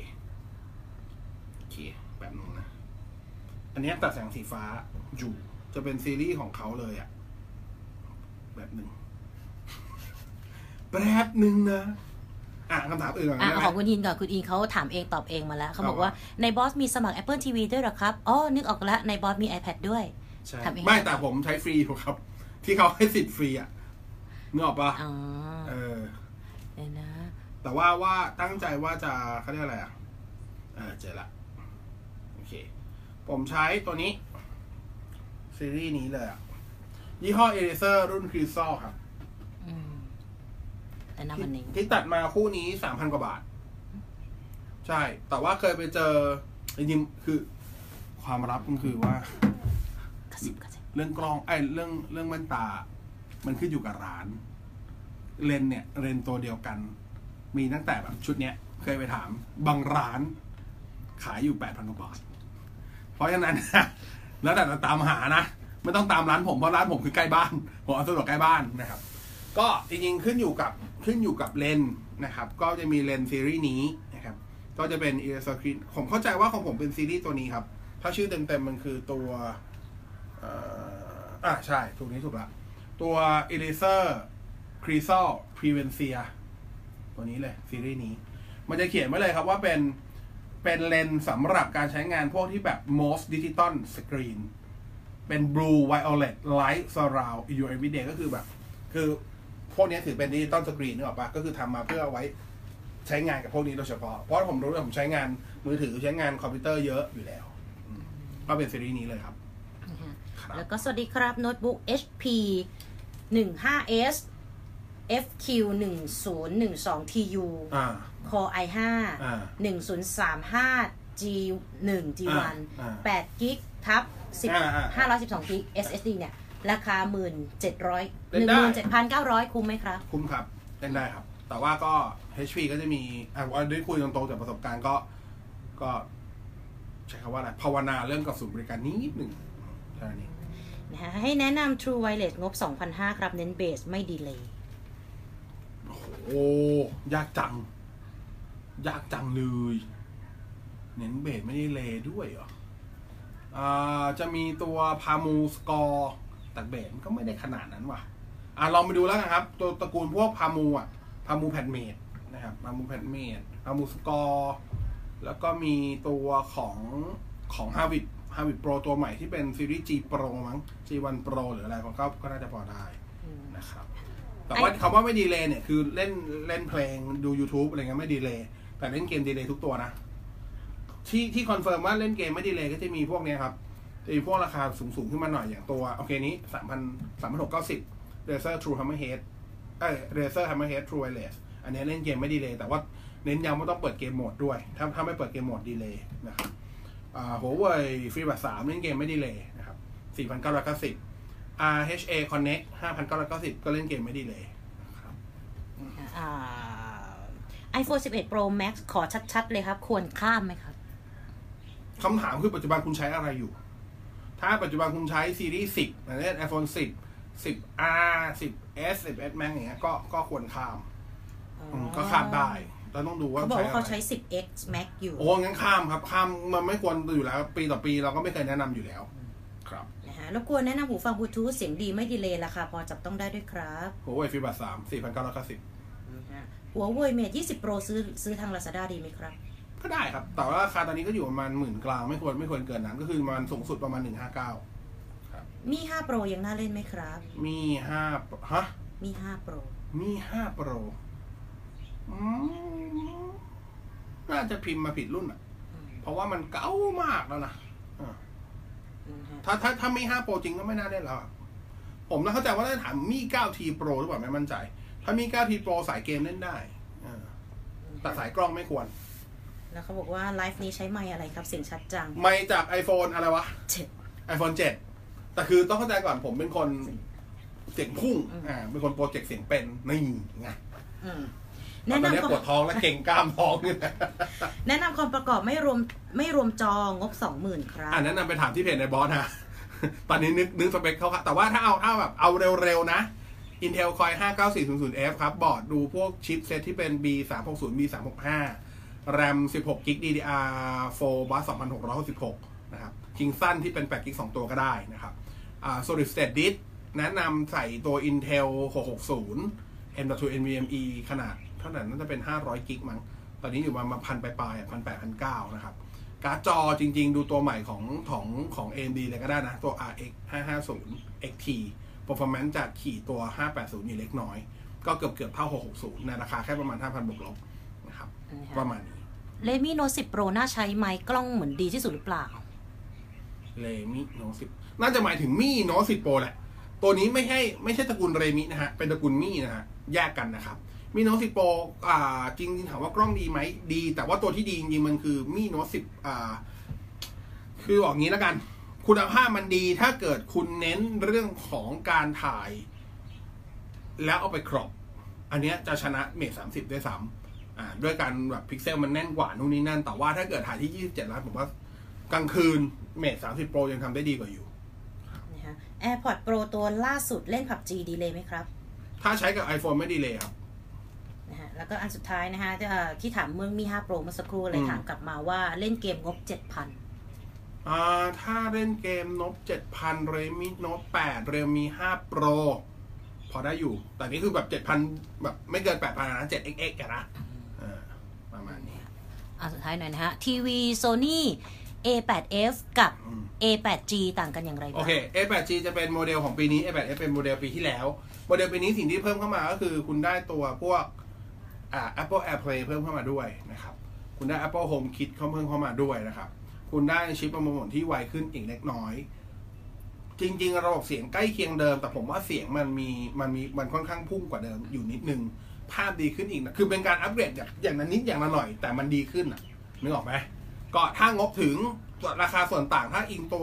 แบบนึงนะอันนี้ตัดแสงสีฟ้าอยู่จะเป็นซีรีส์ของเขาเลยอ่ะแบบนึงนะคำถามอื่นก่อนของคุณอินก่อนคุณอินเขาถามเองตอบเองมาแล้วเขาบอกว่าในบอสมีสมัคร Apple TV ด้วยหรอครับนึกออกแล้วในบอสมี iPad ด้วยใช่ไม่แต่ผมใช้ฟรีถูกครับที่เขาให้สิทธิ์ฟรีอ่ะนึกออกปะนะแต่ว่าตั้งใจว่าจะเขาเรียกอะไรเจอละโอเคผมใช้ตัวนี้ซีรีส์นี้เลยยี่ห้อ Eraser รุ่น Crystal ครับที่ตัดมาคู่นี้ 3,000 กว่าบาทใช่แต่ว่าเคยไปเจอจริงๆคือความลับมันคือว่าเรื่องกล้องเรื่องแว่นตามันขึ้นอยู่กับร้านเลนเนี่ยเลนตัวเดียวกันมีตั้งแต่แบบชุดเนี้ยเคยไปถามบางร้านขายอยู่ 8,000 กว่าบาทเพราะฉะนั้นแล้วแต่ตามหานะไม่ต้องตามร้านผมเพราะร้านผมคือใกล้บ้านผมเอาสะดวกใกล้บ้านนะครับก็จริงๆขึ้นอยู่กับเลนนะครับก็จะมีเลนซีรีส์นี้นะครับก็จะเป็น Eraser ผมเข้าใจว่าของผมเป็นซีรีส์ตัวนี้ครับถ้าชื่อเต็มๆมันคือตัวใช่ถูกละตัว Eraser Crystal Prevencia ตัวนี้เลยซีรีส์นี้มันจะเขียนไว้เลยครับว่าเป็นเป็นเลนส์สำหรับการใช้งานพวกที่แบบ most digital screen เป็น blue violet light surround you everyday ก็คือแบบคือพวกนี้ถือเป็น digital screen นึกออกปะก็คือทำมาเพื่อเอาไว้ใช้งานกับพวกนี้โดยเฉพาะเพราะผมรู้ว่าผมใช้งานมือถือใช้งานคอมพิวเตอร์เยอะอยู่แล้วก็เป็นซีรีส์นี้เลยครับแล้วก็สวัสดีครับโน้ตบุ๊ก HP 15s FQ 1012 TU Core i5 1035 G1 G1 8 GB ทับ512 GB SSD เนี่ยราคา 17,900 คุ้มไหมครับคุ้มครับเล่นได้ครับแต่ว่าก็ HP ก็จะมีได้คุยตรงๆจากประสบการณ์ก็ใช้คำว่าอะไรภาวนาเรื่องกับศูนย์บริการนิดหนึ่งแค่นี้ให้แนะนำ True Wireless งบ 2,500 ครับเน้นเบสไม่ดีเลย์โอ้ยากจังเลยเน้นเบสไม่ได้เลย์ด้วยเหรอจะมีตัวพามูสกอร์แต่เบสก็ไม่ได้ขนาดนั้นว่ะลองไปดูแล้วกันครับตัวตระกูลพวกพามูแพดเมดนะครับพามูแพดเมดพามูสกอร์แล้วก็มีตัวของฮาวิดโปรตัวใหม่ที่เป็นซีรีส์ G Pro มั้ง G1 Pro หรืออะไรก็น่าจะพอได้นะครับแต่ว่าคำว่าไม่ดีเลย์เนี่ยคือเล่นเพลงดู YouTube อะไรเงี้ยไม่ดีเลย์แต่เล่นเกมดีเลย์ทุกตัวนะที่คอนเฟิร์มว่าเล่นเกมไม่ดีเลย์ก็จะมีพวกนี้ครับจะมีพวกราคาสูงขึ้นมาหน่อยอย่างตัวโอเคนี้ 3,690 Razer True Hammerhead Razer Hammerhead True Wireless อันนี้เล่นเกมไม่ดีเลย์แต่ว่าเน้นย้ำว่าต้องเปิดเกมโหมดด้วยถ้าไม่เปิดเกมโหมดดีเลย์นะครับHuawei FreeBuds 3เล่นเกมไม่ดีเลย์นะครับ 4,990 RHA Connect 5,990 ก็เล่นเกมไม่ดีเลย์นะครับ iPhone 11 Pro Max ขอชัดๆเลยครับควรข้ามไหมครับคำถามคือปัจจุบันคุณใช้อะไรอยู่ถ้าปัจจุบันคุณใช้ซีรีส์ 10อย่างเช่น iPhone 10 10R 10s 10s Max อย่างเงี้ยก็ควรข้ามก็ข้ามได้เราต้องดูว่าเขาใช้ 10x Max อยู่โอ้งั้นข้ามครับข้ามมันไม่ควรอยู่แล้วปีต่อปีเราก็ไม่เคยแนะนำอยู่แล้วครับนะฮะแล้วควรแนะนำหูฟังบลูทูธเสียงดีไม่ดีเลย์ราคาพอจับต้องได้ด้วยครับ Huawei FreeBuds 3 4,990 Huawei Mate 20 Pro ซื้อทาง Lazada ดีไหมครับก็ได้ครับแต่ว่าราคาตอนนี้ก็อยู่ประมาณ10,000กลางไม่ควรเกินนั้นก็คือมันสูงสุดประมาณ159ครับมี5 Pro ยังน่าเล่นไหมครับมี5ฮะมี5 Pro มี5 Proน่าจะพิมพ์มาผิดรุ่นเพราะว่ามันเก่ามากแล้วนะถ้ามี5 Pro จริงก็ไม่น่าเล่นแล้วผมน่าเข้าใจว่าน่าจะถามมี 9T Pro หรือเปล่าไม่มั่นใจถ้ามี 9T Pro สายเกมเล่นได้แต่สายกล้องไม่ควรแล้วเขาบอกว่าไลฟ์นี้ใช้ไมค์อะไรครับเสียงชัดจังไมค์จาก iPhone อะไรวะ iPhone 7แต่คือต้องเข้าใจก่อนผมเป็นคนเสียงพุ่งเป็นคนโปรเจกต์เสียงเป็นนี่ไงตอนนี้ปวดท้องและเก่งกล้ามท้องนี่แนะนำคอมประกอบไม่รวมจองบ 20,000 ครับแนะนำไปถามที่เพจในบอสนะตอนนี้นึกสเปคเขาครับแต่ว่าถ้าแบบเอาเร็วๆนะ Intel Core 59400F ครับบอร์ดดูพวกชิปเซตที่เป็น B360 B365 RAM 16 GB DDR4 Bus 2666 นะครับ Kingston ที่เป็น8 GB 2 ตัวก็ได้นะครับSolid State Disk แนะนำใส่ตัว Intel 660 M.2 NVMe ขนาดเท่านั้นน่าจะเป็น500 GB มั้งตอนนี้อยู่มา1,000 ปลายๆ 1,800-1,900 นะครับการ์ดจอจริงๆดูตัวใหม่ของ AMD เลยก็ได้นะตัว RX 550 XT performance จะขี่ตัว 580 อยู่เล็กน้อยก็เกือบเท่า660ในราคาแค่ประมาณ 5,000 บวกลบนะครับประมาณนี้ Redmi Note 10 Pro น่าใช้ไหมกล้องเหมือนดีที่สุดหรือเปล่า Redmi Note 10น่าจะหมายถึง Mi Note 10 Pro แหละตัวนี้ไม่ใช่ตระกูล Redmi นะฮะเป็นตระกูล Mi นะฮะแยกกันนะครับMi Note 10 Pro จริงๆถามว่ากล้องดีไหมดีแต่ว่าตัวที่ดีจริงๆมันคือ Mi Note 10คือบอกงี้แล้วกันคุณภาพมันดีถ้าเกิดคุณเน้นเรื่องของการถ่ายแล้วเอาไปครอปอันเนี้ยจะชนะเมท30ด้วยซ้ำด้วยการแบบพิกเซลมันแน่นกว่านู่นนี่นั่นแต่ว่าถ้าเกิดถ่ายที่27ล้านผมว่ากลางคืนเมท30 Pro ยังทำได้ดีกว่าอยู่นะคะ AirPods Pro ตัวล่าสุดเล่น PUBG ดีเลยไหมครับถ้าใช้กับ iPhone ไม่ดีเลยครับนะฮะแล้วก็อันสุดท้ายนะคะที่ถามเมื่อมี5 Pro เมื่อสักครู่เลยถามกลับมาว่าเล่นเกมงบ 7,000 ถ้าเล่นเกมงบ 7,000 Redmi Note 8 Redmi 5 Pro พอได้อยู่แต่นี่คือแบบ 7,000 แบบไม่เกิน 8,000 นะ 7xx กันนะประมาณนี้สุดท้ายหน่อยนะฮะทีวี Sony A8F กับ A8G ต่างกันอย่างไรบ้างโอเค A8G จะเป็นโมเดลของปีนี้ A8F เป็นโมเดลปีที่แล้วโมเดลปีนี้สิ่งที่เพิ่มเข้ามาก็คือคุณได้ตัวพวกApple AirPlay เพิ่มเข้ามาด้วยนะครับคุณได้ Apple HomeKit เพิ่มเข้ามาด้วยนะครับคุณได้ชิปประมวลผลที่ไวขึ้นอีกเล็กน้อยจริงๆระบบเสียงใกล้เคียงเดิมแต่ผมว่าเสียงมันค่อนข้างพุ่งกว่าเดิมอยู่นิดนึงภาพดีขึ้นอีกนะคือเป็นการอัปเกรดอย่างนั้นนิดอย่างละหน่อยแต่มันดีขึ้นนึกออกไหมก็ถ้างบถึงราคาส่วนต่างถ้าอิงตัว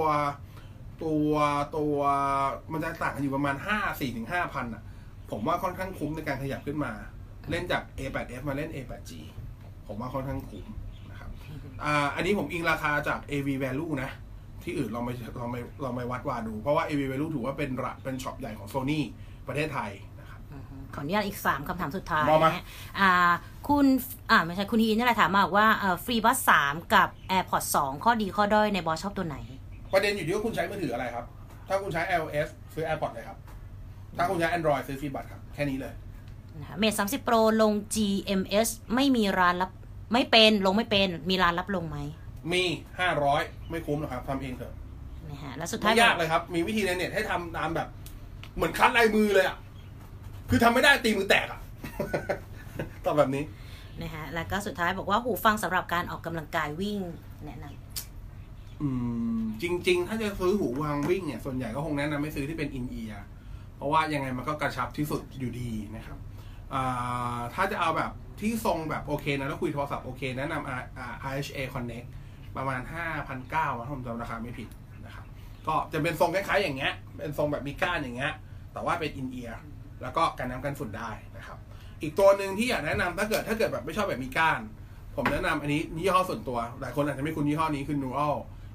มันจะต่างกันอยู่ประมาณ4,000 ถึง 5,000ผมว่าค่อนข้างคุ้มในการขยับขึ้นมาเล่นจาก A8F มาเล่น A8G ผมว่าค่อนข้างคุ้มนะครับอันนี้ผมอิงราคาจาก AV Value นะที่อื่นเราไม่วัดวาดูเพราะว่า AV Value ถือว่าเป็นช็อปใหญ่ของ Sony ประเทศไทยนะครับขออนุญาตอีก3คำถามสุดท้ายนะคุณไม่ใช่คุณอีนี่แหละถามมาว่าฟรีบัส3กับ AirPods 2ข้อดีข้อด้อยในบอสชอบตัวไหนประเด็นอยู่ที่ว่าคุณใช้มือถืออะไรครับถ้าคุณใช้ iOS ซื้อ AirPods เลยครับถ้าคุณใช้ Android ซื้อฟรีบัสครับแค่นี้เลยเมท30 Pro ลง GMS ไม่มีร้านรับไม่เป็นลงไม่เป็นมีร้านรับลงไหมมี500ไม่คุ้มหรอกครับทำเองเถอะนะฮะแล้วสุดท้ายไม่ยากเลยครับมีวิธีในเน็ตให้ทำตามแบบเหมือนคัดลายมือเลยคือทำไม่ได้ตีมือแตกตอบแบบนี้นะฮะแล้วก็สุดท้ายบอกว่าหูฟังสำหรับการออกกำลังกายวิ่งแนะนำจริงๆถ้าจะซื้อหูฟังวิ่งเนี่ยส่วนใหญ่ก็คงแนะนำไม่ซื้อที่เป็นอินเอียร์เพราะว่ายังไงมันก็กระชับที่สุดอยู่ดีนะครับถ้าจะเอาแบบที่ทรงแบบโอเคนะแล้วคุยโทรศัพท์โอเคแนะนำRHA Connect ประมาณ 5,900 ถ้าผมจำราคาไม่ผิดนะครับก็จะเป็นทรงคล้ายๆอย่างเงี้ยเป็นทรงแบบมีก้านอย่างเงี้ยแต่ว่าเป็นอินเอียร์แล้วก็กันน้ำกันฝุ่นได้นะครับอีกตัวหนึ่งที่อยากแนะนำถ้าเกิดแบบไม่ชอบแบบมีก้านผมแนะนำอันนี้ยี่ห้อส่วนตัวหลายคนอาจจะไม่คุ้นยี่ห้อนี้คือ Neural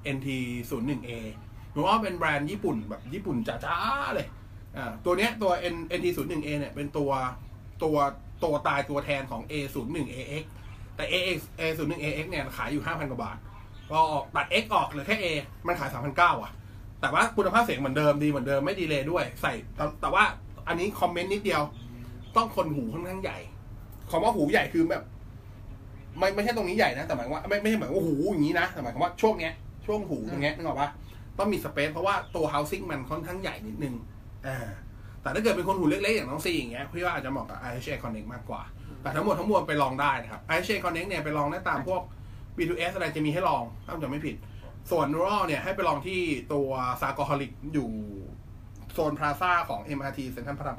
NT01A Neural เป็นแบรนด์ญี่ปุ่นแบบญี่ปุ่นจ๋าๆเลยตัวเนี้ยตัว NT01A เนี่ยเป็นตัวตายตัวแทนของ A01AX แต่ A01AX เนี่ยขายอยู่ 5,000 กว่าบาทก็ตัด X ออกเหลือแค่ A มันขาย 3,900 แต่ว่าคุณภาพเสียงเหมือนเดิมดีเหมือนเดิมไม่ดีเลย์ด้วยใส่แต่ว่าอันนี้คอมเมนต์นิดเดียวต้องคนหูค่อนข้างใหญ่คำว่าหูใหญ่คือแบบไม่ใช่ตรงนี้ใหญ่นะแต่หมายว่าไม่ใช่หมายว่าหูอย่างนี้นะแต่หมายความว่าช่วงหูตรงเนี้ยนึกออกปะต้องมีสเปซเพราะว่าตัว housing มันค่อนข้างใหญ่นิดนึงแต่ถ้าเกิดเป็นคนหูเล็กๆอย่างน้องซีอย่างเงี้ยพี่ว่าอาจจะเหมาะกับ RHA Connect มากกว่าแต่ทั้งหมดทั้งมวลไปลองได้นะครับ RHA Connect เนี่ยไปลองได้ตามพวก B2S อะไรจะมีให้ลองถ้าจำไม่ผิดส่วน Neural เนี่ยให้ไปลองที่ตัว Sarcoholic อยู่โซนพลาซ่าของ MRT เซ็นทรัลพระราม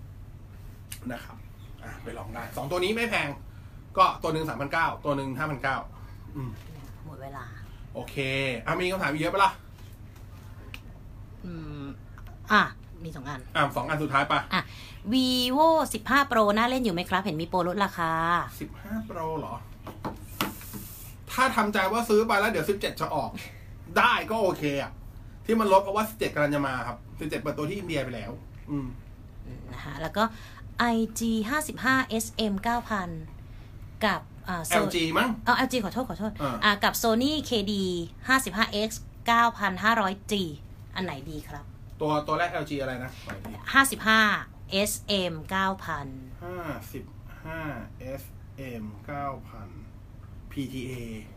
9นะครับไปลองได้2ตัวนี้ไม่แพงก็ตัวนึง 3,900 ตัวนึง 5,900 หมดเวลาโอเคมีคำถามเยอะปะล่ะมี2 อัน 2 อันสุดท้ายปะ Vivo 15 Pro น่าเล่นอยู่ไหมครับเห็นมีโปรลดราคา 15 Pro เหรอถ้าทำใจว่าซื้อไปแล้วเดี๋ยว17จะออกได้ก็โอเคที่มันลดเพราะว่า17กำลังจะมาครับ17เปิดตัวที่อินเดียไปแล้วนะฮะแล้วก็ IG 55 SM 9,000 กับ LG มั้ง LG ขอโทษกับ Sony KD 55X 9,500G อันไหนดีครับตัวแรก LG อะไรนะ 55 SM 9,000 55 SM 9,000 PTA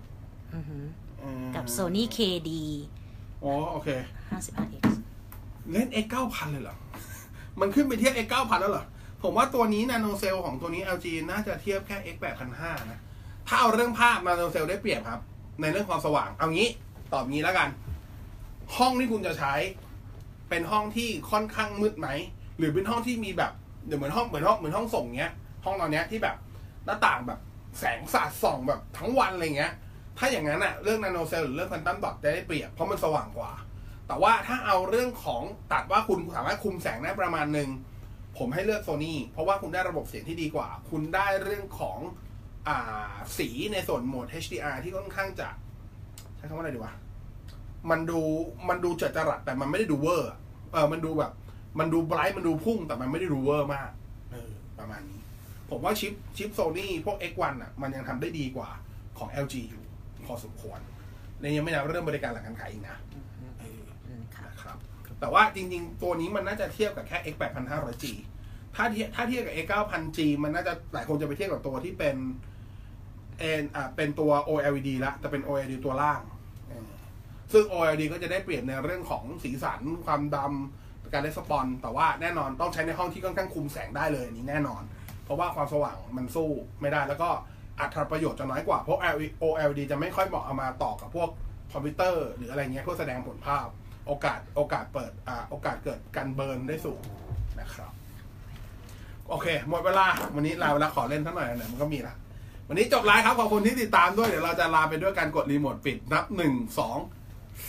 กับ Sony KD โอเค 55X เล่น X 9,000 เลยเหรอมันขึ้นไปเทียบ X 9,000 แล้วเหรอผมว่าตัวนี้นาโนเซลของตัวนี้ LG น่าจะเทียบแค่ X 8,500 นะถ้าเอาเรื่องภาพนาโนเซลได้เปรียบครับในเรื่องความสว่างเอางี้ตอบงี้แล้วกันห้องที่คุณจะใช้เป็นห้องที่ค่อนข้างมืดไหมหรือเป็นห้องที่มีแบบเดี๋ยวเหมือนห้องส่งเงี้ยห้องตอนเนี้ยที่แบบหน้าต่างแบบแสงสาดส่องแบบทั้งวันอะไรเงี้ยถ้าอย่างนั้นเรื่องนาโนเซลหรือเรื่องควอนตัมดอทจะได้เปรียบเพราะมันสว่างกว่าแต่ว่าถ้าเอาเรื่องของตัดว่าคุณสามารถคุมแสงได้ประมาณนึงผมให้เลือก Sony เพราะว่าคุณได้ระบบเสียงที่ดีกว่าคุณได้เรื่องของสีในส่วนโหมด HDR ที่ค่อนข้างจะใช้คำว่าอะไรดีวะมันดูเจิดจรัสแต่มันไม่ได้ดูเวอร์มันดูแบบมันดูไบรท์มันดูพุ่งแต่มันไม่ได้ดูเวอร์มากประมาณนี้ผมว่าชิป Sony พวก X1 มันยังทำได้ดีกว่าของ LG อยู่พอสมควรในยังไม่นับเรื่องบริการหลังการขายอีกนะครับแต่ว่าจริงๆตัวนี้มันน่าจะเทียบกับแค่ X 8,500G ถ้าเทียบกับ X 9,000G มันน่าจะหลายคนจะไปเทียบกับตัวที่เป็นเป็นตัว OLED ละแต่เป็น OLED ตัวล่างซึ่ง OLED ก็จะได้เปรียบในเรื่องของสีสันความดำการได้สปอนแต่ว่าแน่นอนต้องใช้ในห้องที่ค่อนข้างคุมแสงได้เลยนี่แน่นอนเพราะว่าความสว่างมันสู้ไม่ได้แล้วก็อัตราประโยชน์จะน้อยกว่าเพราะ OLED จะไม่ค่อยเหมาะเอามาต่อกับพวกคอมพิวเตอร์หรืออะไรเงี้ยเพื่อแสดงผลภาพโอกาสเปิดโอกาสเกิดการเบิร์นได้สูงนะครับโอเคหมดเวลาวันนี้ลาเวลาขอเล่นสักหน่อยไหนมันก็มีละวันนี้จบไลฟ์ครับขอบคุณที่ติดตามด้วยเดี๋ยวเราจะลาไปด้วยการกดรีโมทปิดนับ1 2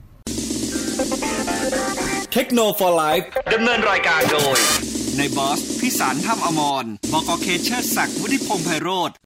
3 เทคโนโลยีไลฟ์ดำเนินรายการโดยในบอสพิสารถ้ำอมร บก.เคเชอร์ศักดิ์วุฒิพงษ์ไพโรจน์